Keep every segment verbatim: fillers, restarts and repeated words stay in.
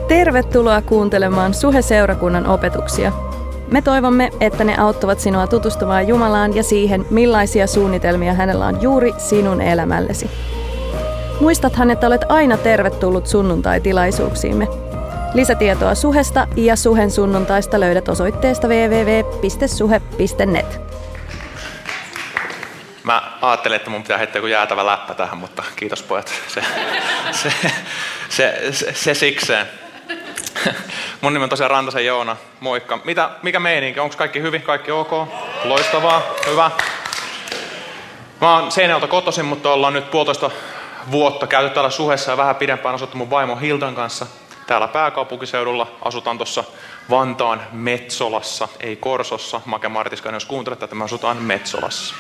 Tervetuloa kuuntelemaan Suhe-seurakunnan opetuksia. Me toivomme, että ne auttavat sinua tutustumaan Jumalaan ja siihen, millaisia suunnitelmia hänellä on juuri sinun elämällesi. Muistathan, että olet aina tervetullut sunnuntai-tilaisuuksiimme. Lisätietoa Suhesta ja Suhen sunnuntaista löydät osoitteesta double-u double-u double-u piste suhe piste net. Mä ajattelin, että mun pitää heittää joku jäätävä läppä tähän, mutta kiitos pojat. Se, se, se, se, se sikseen. Mun nimi on tosiaan Rantasen Joona. Moikka. Mitä, mikä meininki? Onko kaikki hyvin? Kaikki ok? Loistavaa. Hyvä. Mä oon Seinäjoelta kotoisin, mutta ollaan nyt puolitoista vuotta käyty täällä Suhessa ja vähän pidempään asuttu mun vaimo Hildan kanssa. Täällä pääkaupunkiseudulla asutaan tuossa Vantaan Metsolassa, ei Korsossa. Make Martiskainen, jos kuuntelet, että me asutaan Metsolassa.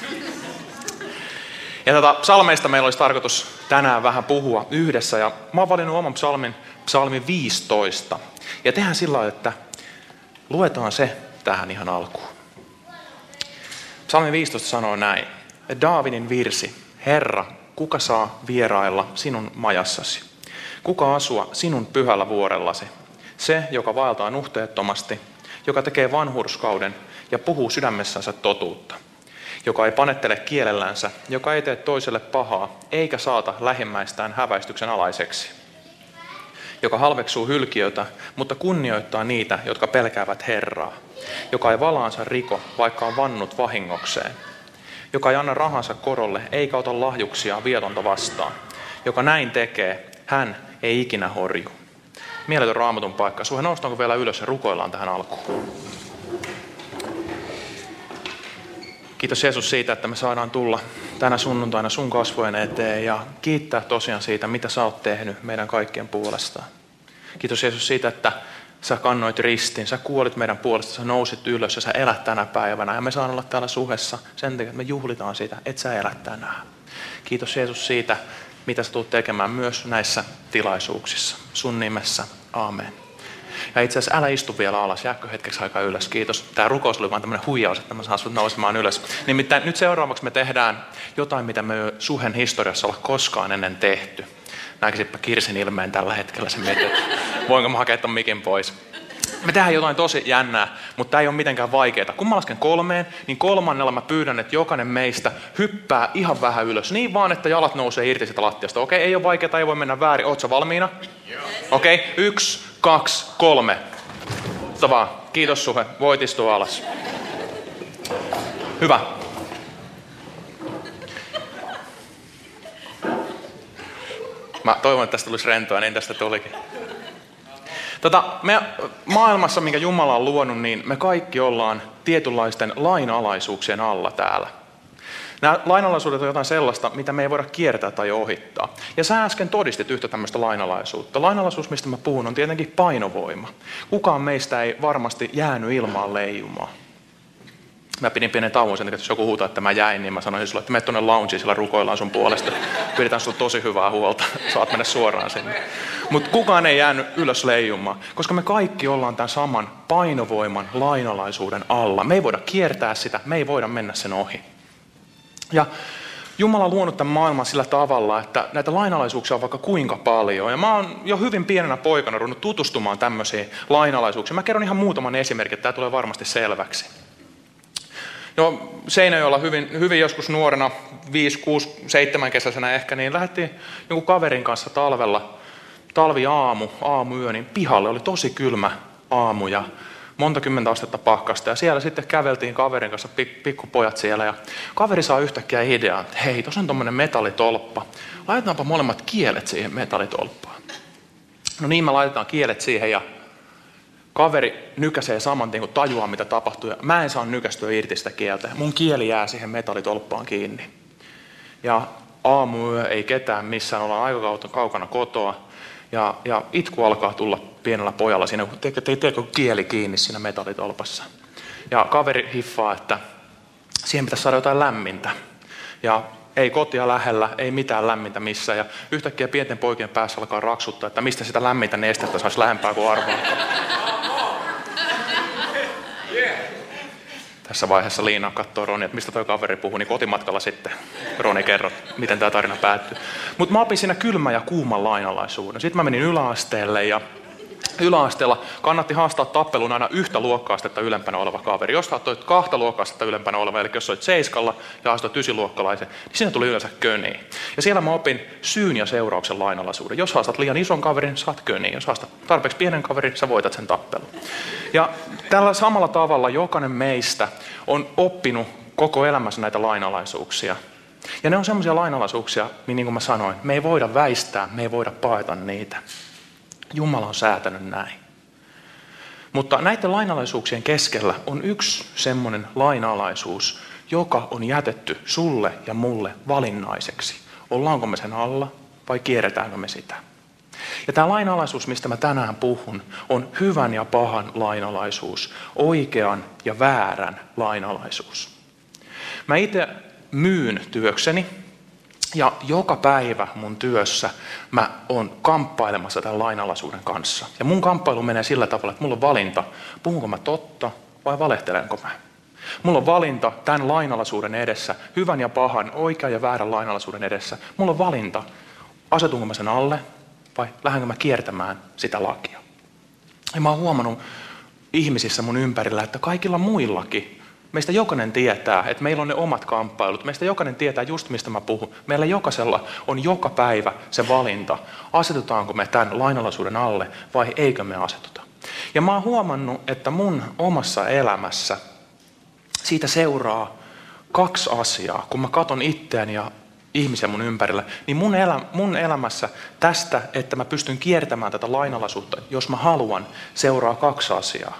Ja tätä psalmeista meillä olisi tarkoitus tänään vähän puhua yhdessä. Ja mä oon valinnut oman psalmin, psalmi viisitoista. Ja tehdään sillä lailla, että luetaan se tähän ihan alkuun. Psalmi viisitoista sanoo näin. Daavidin virsi. Herra, kuka saa vierailla sinun majassasi? Kuka asua sinun pyhällä vuorellasi? Se, joka vaeltaa nuhteettomasti, joka tekee vanhurskauden ja puhuu sydämessänsä totuutta. Joka ei panettele kielellänsä, joka ei tee toiselle pahaa, eikä saata lähimmäistään häväistyksen alaiseksi. Joka halveksuu hylkiötä, mutta kunnioittaa niitä, jotka pelkäävät Herraa. Joka ei valaansa riko, vaikka on vannut vahingokseen. Joka ei anna rahansa korolle, eikä ota lahjuksia vietonta vastaan. Joka näin tekee, hän ei ikinä horju. Mieletön Raamatun paikka. Suhe, noustaanko vielä ylös ja rukoillaan tähän alkuun. Kiitos Jeesus siitä, että me saadaan tulla tänä sunnuntaina sun kasvojen eteen ja kiittää tosiaan siitä, mitä sä oot tehnyt meidän kaikkien puolestaan. Kiitos Jeesus siitä, että sä kannoit ristin, sä kuolit meidän puolesta, sä nousit ylös ja sä elät tänä päivänä. Ja me saan olla täällä Suhessa sen takia, että me juhlitaan sitä, että sä elät tänään. Kiitos Jeesus siitä, mitä sä tulet tekemään myös näissä tilaisuuksissa. Sun nimessä, aamen. Ja itse asiassa älä istu vielä alas, jääkö hetkeksi aikaa ylös, kiitos. Tämä rukous oli vain tämmöinen huijaus, että mä saan sut nousemaan ylös. Nimittäin nyt seuraavaksi me tehdään jotain, mitä me Suhen historiassa olla koskaan ennen tehty. Näkisipä Kirsin ilmeen tällä hetkellä, se mietit, että voinko mä hakea ton mikin pois. Me tehdään jotain tosi jännää, mutta tämä ei ole mitenkään vaikeaa. Kun mä lasken kolmeen, niin kolmannella mä pyydän, että jokainen meistä hyppää ihan vähän ylös. Niin vaan, että jalat nousee irti sitä lattiasta. Okei, ei ole vaikeaa, ei voi mennä väärin. Ootko valmiina? Okei, yksi, kaksi, kolme. Tavaa. Kiitos Suhe. Voit istua alas. Hyvä. Mä toivon, että tästä tulisi rentoa, niin tästä tulikin. Tota, me maailmassa, minkä Jumala on luonut, niin me kaikki ollaan tietynlaisten lainalaisuuksien alla täällä. Nämä lainalaisuudet on jotain sellaista, mitä me ei voida kiertää tai ohittaa. Ja sä äsken todistit yhtä tämmöistä lainalaisuutta. Lainalaisuus, mistä mä puhun, on tietenkin painovoima. Kukaan meistä ei varmasti jäänyt ilmaan leijumaan. Mä pidin pienen tauon sen takia, että jos joku huutaa, että mä jäin, niin mä sanoisin sulle, että mene tuonne loungeen, sillä rukoillaan sun puolesta. Pidetään sulle tosi hyvää huolta, saat mennä suoraan sinne. Mutta kukaan ei jäänyt ylös leijumaan, koska me kaikki ollaan tämän saman painovoiman lainalaisuuden alla. Me ei voida kiertää sitä, me ei voida mennä sen ohi. Ja Jumala on luonut tämän maailman sillä tavalla, että näitä lainalaisuuksia on vaikka kuinka paljon. Ja mä oon jo hyvin pienenä poikana ruvennut tutustumaan tämmöisiin lainalaisuuksiin. Mä kerron ihan muutaman esimerkin, että tämä tulee varmasti selväksi. No Seinäjoella hyvin, hyvin joskus nuorena, viisi, kuusi, seitsemän kesäisenä ehkä, niin lähdettiin jonkun kaverin kanssa talvella, talviaamu, aamuyö, niin pihalle oli tosi kylmä aamu ja monta kymmentä astetta pakkasta. Ja siellä sitten käveltiin kaverin kanssa, pik, pikkupojat siellä, ja kaveri saa yhtäkkiä idean, että hei, tuossa on tommonen metallitolppa, laitetaanpa molemmat kielet siihen metallitolppaan. No niin, me laitetaan kielet siihen ja kaveri nykäsee saman tien, kun tajuaa, mitä tapahtuu. Ja mä en saa nykästyä irti sitä kieltä. Mun kieli jää siihen metallitolppaan kiinni. Ja aamuyö ei ketään missään, ollaan aika kaukana kotoa. Ja, ja itku alkaa tulla pienellä pojalla siinä, kun teekö kieli kiinni siinä metallitolpassa. Ja kaveri hiffaa, että siihen pitäisi saada jotain lämmintä. Ja ei kotia lähellä, ei mitään lämmintä missään. Ja yhtäkkiä pienten poikien päässä alkaa raksuttaa, että mistä sitä lämmintä nestettä saisi lähempää kuin arvaa. Tässä vaiheessa Liina katsoo Roni, että mistä toi kaveri puhuu, niin kotimatkalla sitten Roni kerro, miten tämä tarina päättyy. Mutta mä opin siinä kylmän ja kuuman lainalaisuuden. Sitten mä menin yläasteelle ja yläasteella kannatti haastaa tappeluun aina yhtä luokka-astetta ylempänä oleva kaveri. Jos olet kahta luokka-astetta ylempänä oleva, eli jos olet seiskalla ja haastoit ysiluokkalaisen, niin siinä tuli yleensä köniin. Ja siellä mä opin syyn ja seurauksen lainalaisuuden. Jos haastat liian ison kaverin, saat köniin. Jos haastat tarpeeksi pienen kaverin, sä voitat sen tappelun. Ja tällä samalla tavalla jokainen meistä on oppinut koko elämässä näitä lainalaisuuksia. Ja ne on semmoisia lainalaisuuksia, niin kuin mä sanoin, me ei voida väistää, me ei voida paeta niitä. Jumala on säätänyt näin. Mutta näiden lainalaisuuksien keskellä on yksi semmoinen lainalaisuus, joka on jätetty sulle ja mulle valinnaiseksi. Ollaanko me sen alla vai kierretäänkö me sitä? Ja tämä lainalaisuus, mistä mä tänään puhun, on hyvän ja pahan lainalaisuus, oikean ja väärän lainalaisuus. Mä itse myyn työkseni. Ja joka päivä mun työssä mä oon kamppailemassa tämän lainalaisuuden kanssa. Ja mun kamppailu menee sillä tavalla, että mulla on valinta, puhunko mä totta vai valehtelenko mä. Mulla on valinta tämän lainalaisuuden edessä, hyvän ja pahan, oikean ja väärän lainalaisuuden edessä. Mulla on valinta, asetunko mä sen alle vai lähdenkö mä kiertämään sitä lakia. Ja mä oon huomannut ihmisissä mun ympärillä, että kaikilla muillakin, meistä jokainen tietää, että meillä on ne omat kamppailut. Meistä jokainen tietää just mistä mä puhun. Meillä jokaisella on joka päivä se valinta, asetutaanko me tämän lainalaisuuden alle vai eikö me asetuta. Ja mä oon huomannut, että mun omassa elämässä siitä seuraa kaksi asiaa. Kun mä katon itseäni ja ihmisiä mun ympärillä, niin mun, elä, mun elämässä tästä, että mä pystyn kiertämään tätä lainalaisuutta, jos mä haluan, seuraa kaksi asiaa.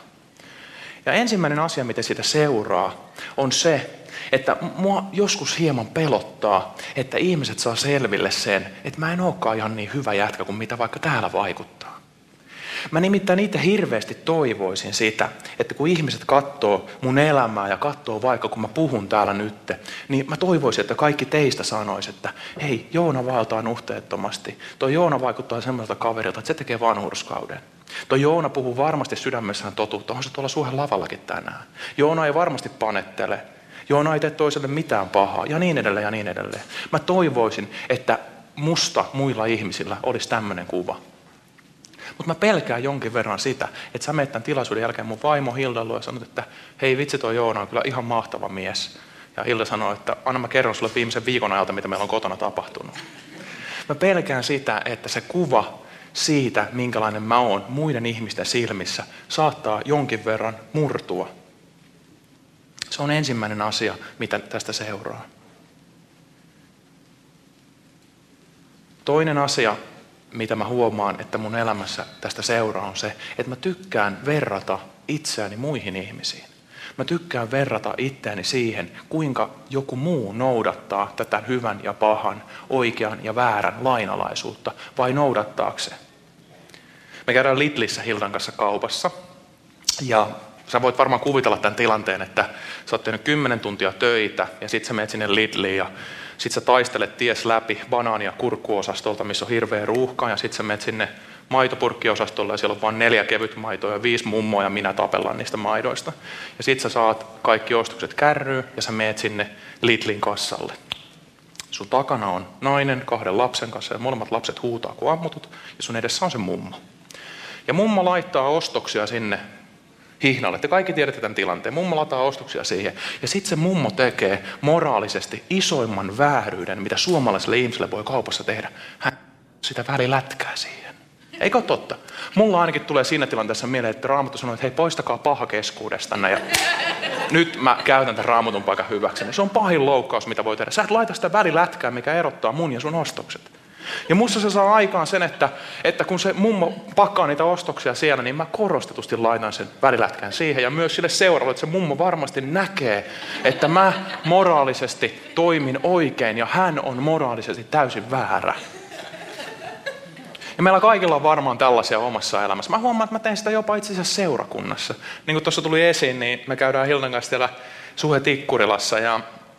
Ja ensimmäinen asia, mitä siitä seuraa, on se, että mua joskus hieman pelottaa, että ihmiset saa selville sen, että mä en olekaan ihan niin hyvä jätkä kuin mitä vaikka täällä vaikuttaa. Mä nimittäin itse hirveästi toivoisin sitä, että kun ihmiset katsoo mun elämää ja katsoo vaikka kun mä puhun täällä nyt, niin mä toivoisin, että kaikki teistä sanois, että hei, Joona vaeltaa nuhteettomasti. Toi Joona vaikuttaa semmoiselta kaverilta, että se tekee vanhurskauden. Toi Joona puhuu varmasti sydämessään totuutta, on se tuolla Suhen lavallakin tänään. Joona ei varmasti panettele. Joona ei tee toiselle mitään pahaa ja niin edelleen ja niin edelleen. Mä toivoisin, että musta muilla ihmisillä olisi tämmöinen kuva. Mutta mä pelkään jonkin verran sitä, että sä menet tämän tilaisuuden jälkeen mun vaimo Hilda luo ja sanot, että hei vitsi toi Joona on kyllä ihan mahtava mies. Ja Hilda sanoo, että anna mä kerron sulle viimeisen viikon ajalta, mitä meillä on kotona tapahtunut. Mä pelkään sitä, että se kuva siitä, minkälainen mä oon muiden ihmisten silmissä, saattaa jonkin verran murtua. Se on ensimmäinen asia, mitä tästä seuraa. Toinen asia, mitä mä huomaan, että mun elämässä tästä seuraa, on se, että mä tykkään verrata itseäni muihin ihmisiin. Mä tykkään verrata itseäni siihen, kuinka joku muu noudattaa tätä hyvän ja pahan, oikean ja väärän lainalaisuutta, vai noudattaako se? Me käydään Lidlissä Hildan kanssa kaupassa, ja sä voit varmaan kuvitella tämän tilanteen, että sä oot tehnyt kymmenen tuntia töitä, ja sit sä menet sinne Lidliin, ja sit sä taistelet ties läpi banaani- ja kurkkuosastolta, missä on hirveä ruuhka, ja sit sä menet sinne maitopurkkiosastolle, ja siellä on vain neljä kevyt maitoa ja viisi mummoa, ja minä tapellaan niistä maidoista. Ja sit sä saat kaikki ostokset kärryyn, ja sä menet sinne Lidlin kassalle. Sun takana on nainen kahden lapsen kanssa, ja molemmat lapset huutaa kuin ammutut, ja sun edessä on se mummo. Ja mummo laittaa ostoksia sinne hihnalle. Te kaikki tiedätte tämän tilanteen. Mummo lataa ostoksia siihen. Ja sitten se mummo tekee moraalisesti isoimman vääryyden, mitä suomalaiselle ihmiselle voi kaupassa tehdä. Hän sitä välilätkää siihen. Eikö ole totta? Mulla ainakin tulee siinä tilanteessa mieleen, että Raamattu sanoo, että hei, poistakaa paha keskuudestanne. Ja nyt mä käytän tämän Raamatun paikan hyväkseni. Se on pahin loukkaus, mitä voi tehdä. Sä et laita sitä välilätkää, mikä erottaa mun ja sun ostokset. Ja musta se saa aikaan sen, että, että kun se mummo pakkaa niitä ostoksia siellä, niin mä korostetusti laitan sen välilätkän siihen. Ja myös sille seuraavalle, että se mummo varmasti näkee, että mä moraalisesti toimin oikein ja hän on moraalisesti täysin väärä. Ja meillä kaikilla on varmaan tällaisia omassa elämässä. Mä huomaan, että mä teen sitä jopa itse asiassa seurakunnassa. Niin kuin tuossa tuli esiin, niin me käydään Hildan kanssa siellä Suhe Tikkurilassa. Ja,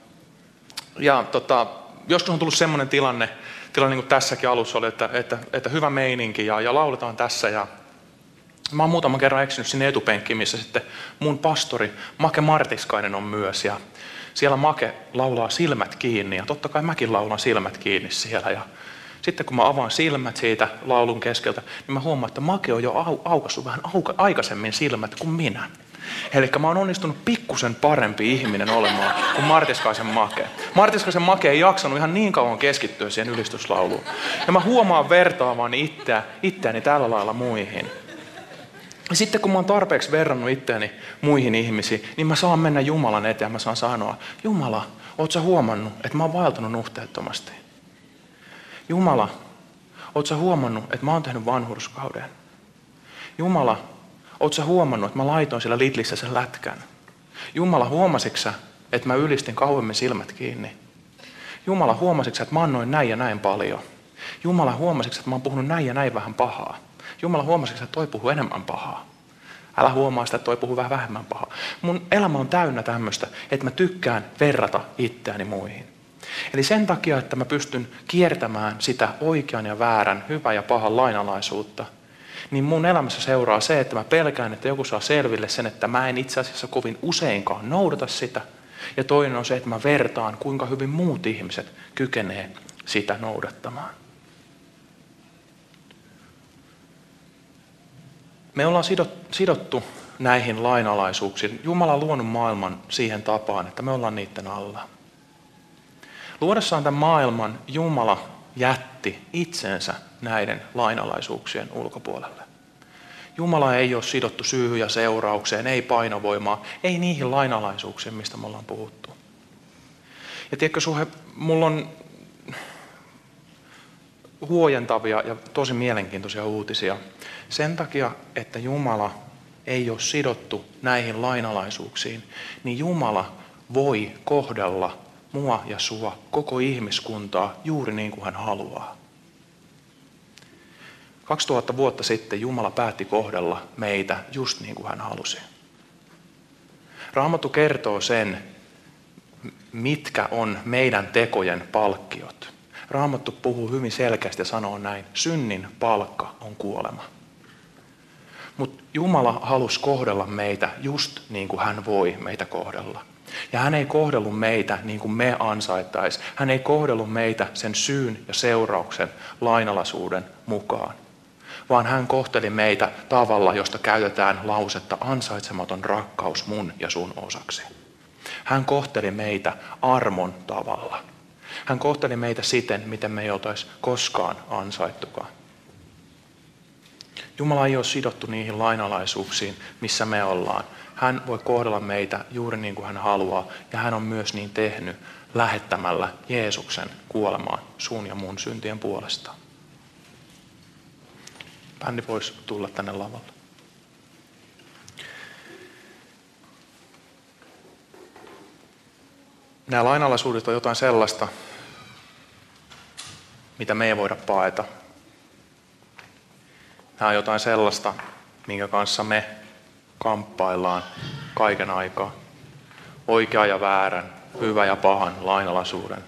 ja tota, joskus on tullut semmoinen tilanne, tilanne niin kuin tässäkin alussa oli, että, että, että hyvä meininki ja, ja lauletaan tässä. Ja mä oon muutaman kerran eksynyt sinne etupenkkiin, missä sitten mun pastori Make Martiskainen on myös. Ja siellä Make laulaa silmät kiinni ja totta kai mäkin laulan silmät kiinni siellä. Ja sitten kun mä avaan silmät siitä laulun keskeltä, niin mä huomaan, että Make on jo au- aukassut vähän auka- aikaisemmin silmät kuin minä. Eli mä oon onnistunut pikkusen parempi ihminen olemaan kuin Martiskaisen Make. Martiskaisen Make ei jaksanut ihan niin kauan keskittyä siihen ylistyslauluun. Ja mä huomaan vertaavani itseä, itseäni tällä lailla muihin. Ja sitten kun mä oon tarpeeksi verrannut itseäni muihin ihmisiin, niin mä saan mennä Jumalan eteen ja mä saan sanoa, Jumala, oot sä huomannut, että mä oon vaeltanut nuhteettomasti? Jumala, oot sä huomannut, että mä oon tehnyt vanhurskauden? Jumala, oot sä huomannut, että mä laitoin siellä Lidlissä sen lätkän? Jumala, huomasitko sä, että mä ylistin kauemmin silmät kiinni? Jumala, huomasitko sä, että mä annoin näin ja näin paljon? Jumala, huomasitko sä, että mä oon puhunut näin ja näin vähän pahaa? Jumala, huomasitko sä, että toi puhuu enemmän pahaa? Älä huomaa sitä, että toi puhuu vähän vähemmän pahaa. Mun elämä on täynnä tämmöistä, että mä tykkään verrata itseäni muihin. Eli sen takia, että mä pystyn kiertämään sitä oikean ja väärän, hyvän ja pahan lainalaisuutta, niin mun elämässä seuraa se, että mä pelkään, että joku saa selville sen, että mä en itse asiassa kovin useinkaan noudata sitä. Ja toinen on se, että mä vertaan, kuinka hyvin muut ihmiset kykenee sitä noudattamaan. Me ollaan sidottu näihin lainalaisuuksiin. Jumala on luonut maailman siihen tapaan, että me ollaan niiden alla. Luodessaan tämän maailman Jumala jätti itsensä näiden lainalaisuuksien ulkopuolelle. Jumala ei ole sidottu syyhyn ja seuraukseen, ei painovoimaa, ei niihin lainalaisuuksiin, mistä me ollaan puhuttu. Ja tiedätkö Suhe, mulla on huojentavia ja tosi mielenkiintoisia uutisia. Sen takia, että Jumala ei ole sidottu näihin lainalaisuuksiin, niin Jumala voi kohdella mua ja sua, koko ihmiskuntaa, juuri niin kuin hän haluaa. kaksituhatta vuotta sitten Jumala päätti kohdella meitä just niin kuin hän halusi. Raamattu kertoo sen, mitkä on meidän tekojen palkkiot. Raamattu puhuu hyvin selkeästi ja sanoo näin, synnin palkka on kuolema. Mutta Jumala halusi kohdella meitä just niin kuin hän voi meitä kohdella. Ja hän ei kohdellut meitä niin kuin me ansaittaisiin. Hän ei kohdellut meitä sen syyn ja seurauksen lainalaisuuden mukaan. Vaan hän kohteli meitä tavalla, josta käytetään lausetta ansaitsematon rakkaus mun ja sun osaksi. Hän kohteli meitä armon tavalla. Hän kohteli meitä siten, miten me ei oltaisi koskaan ansaittukaan. Jumala ei ole sidottu niihin lainalaisuuksiin, missä me ollaan. Hän voi kohdella meitä juuri niin kuin hän haluaa, ja hän on myös niin tehnyt lähettämällä Jeesuksen kuolemaan sun ja mun syntien puolesta. Bändi voisi tulla tänne lavalle. Nämä lainalaisuudet on jotain sellaista, mitä me ei voida paeta. Nämä on jotain sellaista, minkä kanssa me kamppaillaan kaiken aikaa. Oikea ja väärän, hyvä ja pahan lainalaisuuden.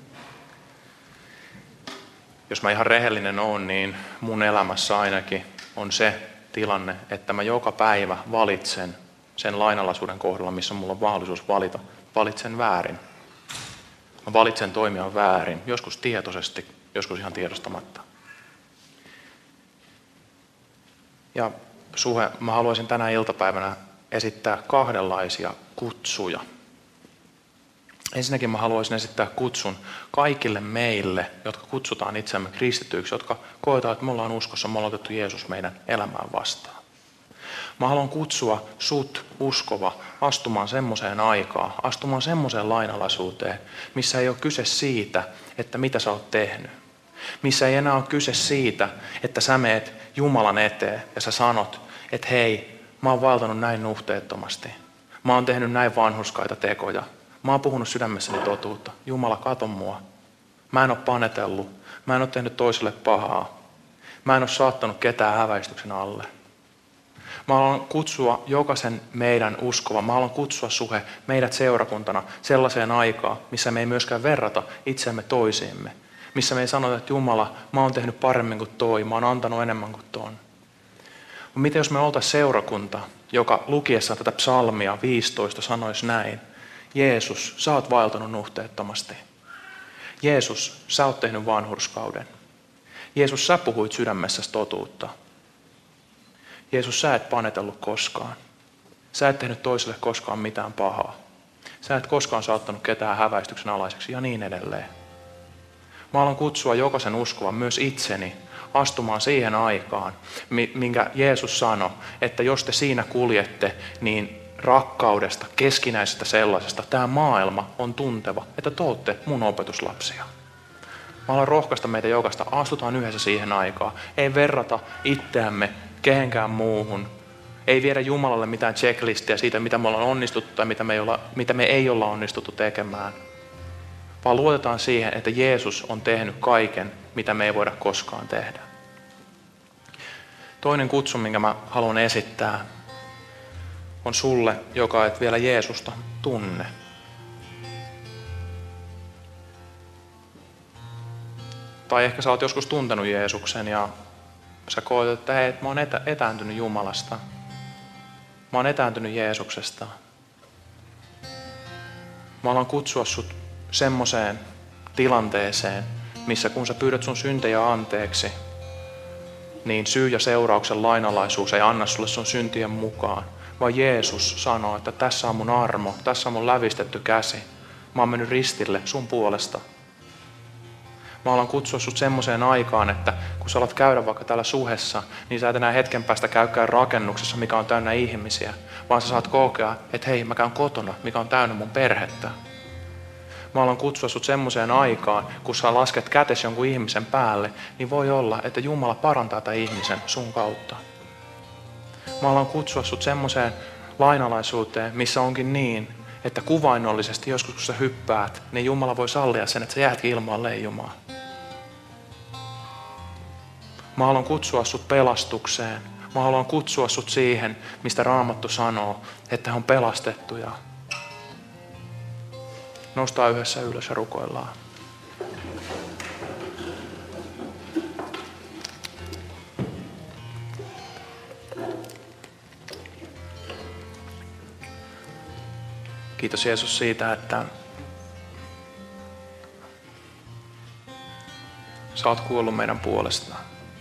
Jos mä ihan rehellinen oon, niin mun elämässä ainakin on se tilanne, että mä joka päivä valitsen sen lainalaisuuden kohdalla, missä mulla on mahdollisuus valita. Valitsen väärin. Mä valitsen toimia väärin, joskus tietoisesti, joskus ihan tiedostamatta. Ja Suhe, mä haluaisin tänä iltapäivänä esittää kahdenlaisia kutsuja. Ensinnäkin mä haluaisin esittää kutsun kaikille meille, jotka kutsutaan itseämme kristityiksi, jotka koetaan, että me ollaan uskossa, me ollaan otettu Jeesus meidän elämään vastaan. Mä haluan kutsua sut, uskova, astumaan semmoiseen aikaan, astumaan semmoiseen lainalaisuuteen, missä ei ole kyse siitä, että mitä sä oot tehnyt. Missä ei enää ole kyse siitä, että sä meet Jumalan eteen ja sä sanot, että hei, mä oon vaeltanut näin nuhteettomasti. Mä oon tehnyt näin vanhurskaita tekoja. Mä oon puhunut sydämessäni totuutta. Jumala, kato mua. Mä en ole panetellut. Mä en ole tehnyt toiselle pahaa. Mä en ole saattanut ketään häväistyksen alle. Mä haluan kutsua jokaisen meidän uskova. Mä haluan kutsua Suhe meidät seurakuntana sellaiseen aikaan, missä me ei myöskään verrata itseämme toisiimme. Missä me ei sanota, että Jumala, mä oon tehnyt paremmin kuin toi. Mä oon antanut enemmän kuin ton. Mutta miten jos me oltaisiin seurakunta, joka lukiessaan tätä psalmia viisitoista sanoisi näin. Jeesus, sä oot vaeltanut nuhteettomasti. Jeesus, sä oot tehnyt vanhurskauden. Jeesus, sä puhuit sydämessäsi totuutta. Jeesus, sä et panetellut koskaan. Sä et tehnyt toiselle koskaan mitään pahaa. Sä et koskaan saattanut ketään häväistyksen alaiseksi ja niin edelleen. Mä haluan kutsua jokaisen uskovan, myös itseni, astumaan siihen aikaan, minkä Jeesus sanoi, että jos te siinä kuljette, niin rakkaudesta, keskinäisestä sellaisesta, tämä maailma on tunteva, että te olette mun opetuslapsia. Mä haluan rohkaista meitä jokaista, astutaan yhdessä siihen aikaan. Ei verrata itseämme kehenkään muuhun. Ei viedä Jumalalle mitään checklistiä siitä, mitä me ollaan onnistuttu tai mitä me ei olla, mitä me ei olla onnistuttu tekemään. Vaan luotetaan siihen, että Jeesus on tehnyt kaiken, mitä me ei voida koskaan tehdä. Toinen kutsu, minkä mä haluan esittää, on sulle, joka et vielä Jeesusta tunne. Tai ehkä sä oot joskus tuntenut Jeesuksen ja sä koet, että hei, mä oon etä, etääntynyt Jumalasta. Mä oon etääntynyt Jeesuksesta. Mä haluan kutsua sut semmoiseen tilanteeseen, missä kun sä pyydät sun syntejä anteeksi, niin syy ja seurauksen lainalaisuus ei anna sulle sun syntien mukaan. Vaan Jeesus sanoo, että tässä on mun armo, tässä on mun lävistetty käsi. Mä oon mennyt ristille sun puolesta. Mä haluan kutsua sut semmoiseen aikaan, että kun sä alat käydä vaikka täällä suhessa, niin sä et enää hetken päästä käykään rakennuksessa, mikä on täynnä ihmisiä. Vaan sä saat kokea, että hei, mä käyn kotona, mikä on täynnä mun perhettä. Mä haluan kutsua sut semmoiseen aikaan, kun sä lasket kätes jonkun ihmisen päälle, niin voi olla, että Jumala parantaa tämän ihmisen sun kautta. Mä haluan kutsua sut semmoiseen lainalaisuuteen, missä onkin niin, että kuvainnollisesti joskus kun sä hyppäät, niin Jumala voi sallia sen, että sä jäätkin ilmaan leijumaan. Mä haluan kutsua sut pelastukseen. Mä haluan kutsua sut siihen, mistä Raamattu sanoo, että he on pelastettuja. Noustaan yhdessä ylös ja rukoillaan. Kiitos Jeesus siitä, että sä oot kuollut meidän puolestaan.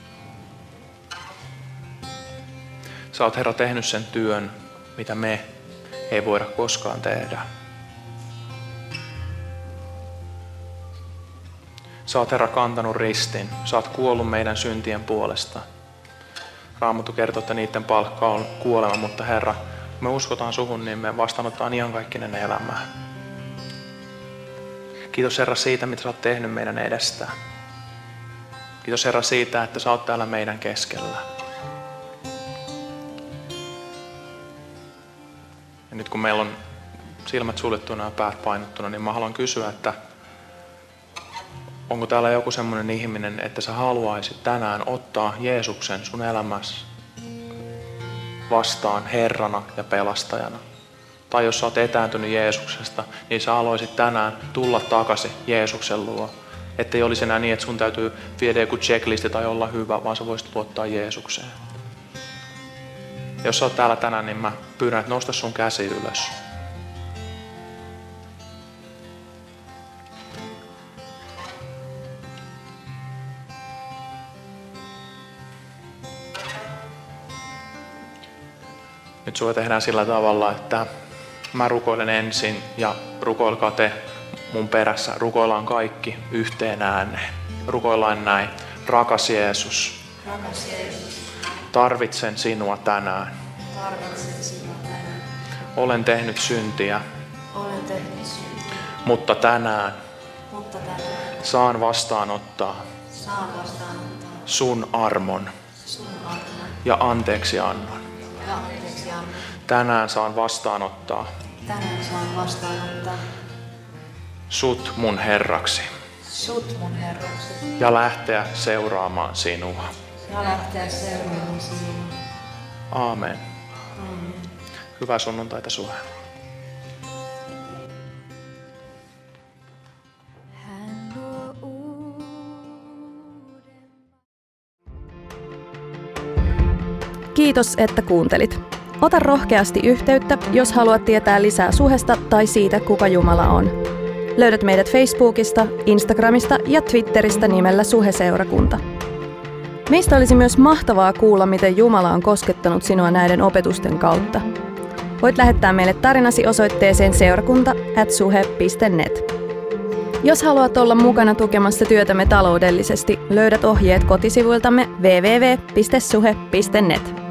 Sä oot Herra tehnyt sen työn, mitä me ei voida koskaan tehdä. Sä oot Herra kantanut ristin. Sä oot kuollut meidän syntien puolesta. Raamattu kertoo, että niiden palkka on kuolema, mutta Herra, me uskotaan suhun, niin me vastaanotetaan iankaikkinen elämää. Kiitos Herra siitä, mitä sä oot tehnyt meidän edestään. Kiitos Herra siitä, että sä oot täällä meidän keskellä. Ja nyt kun meillä on silmät suljettuna ja päät painuttuna, niin mä haluan kysyä, että onko täällä joku semmoinen ihminen, että sä haluaisit tänään ottaa Jeesuksen sun elämässä vastaan Herrana ja pelastajana. Tai jos sä oot etääntynyt Jeesuksesta, niin sä haluaisit tänään tulla takaisin Jeesuksen luo. Ettei olisi enää niin, että sun täytyy viedä joku checklisti tai olla hyvä, vaan sä voisit luottaa Jeesukseen. Ja jos sä oot täällä tänään, niin mä pyydän, että nosta sun käsi ylös. Nyt sua tehdään sillä tavalla, että mä rukoilen ensin ja rukoilkaa te mun perässä. Rukoillaan kaikki yhteen ääneen. Rukoillaan näin. Rakas Jeesus, Rakas Jeesus, tarvitsen sinua tänään. tarvitsen sinua tänään. Olen tehnyt syntiä, Olen tehnyt syntiä, mutta tänään mutta tänään saan vastaanottaa saan vastaanottaa sun armon sun armon ja anteeksiannon. ja anteeksiannon. Tänään saan vastaanottaa Tänään saan vastaanottaa sut mun Herraksi sut mun Herraksi ja lähteä seuraamaan sinua. ja lähteä seuraamaan sinua. Aamen. Amen. Hyvää sunnuntaita sulle. Hän luo uuden. Kiitos, että kuuntelit. Ota rohkeasti yhteyttä, jos haluat tietää lisää Suhesta tai siitä, kuka Jumala on. Löydät meidät Facebookista, Instagramista ja Twitteristä nimellä Suhe-seurakunta. Meistä olisi myös mahtavaa kuulla, miten Jumala on koskettanut sinua näiden opetusten kautta. Voit lähettää meille tarinasi osoitteeseen seurakunta ät suhe piste net. Jos haluat olla mukana tukemassa työtämme taloudellisesti, löydät ohjeet kotisivuiltamme double-u double-u double-u piste suhe piste net.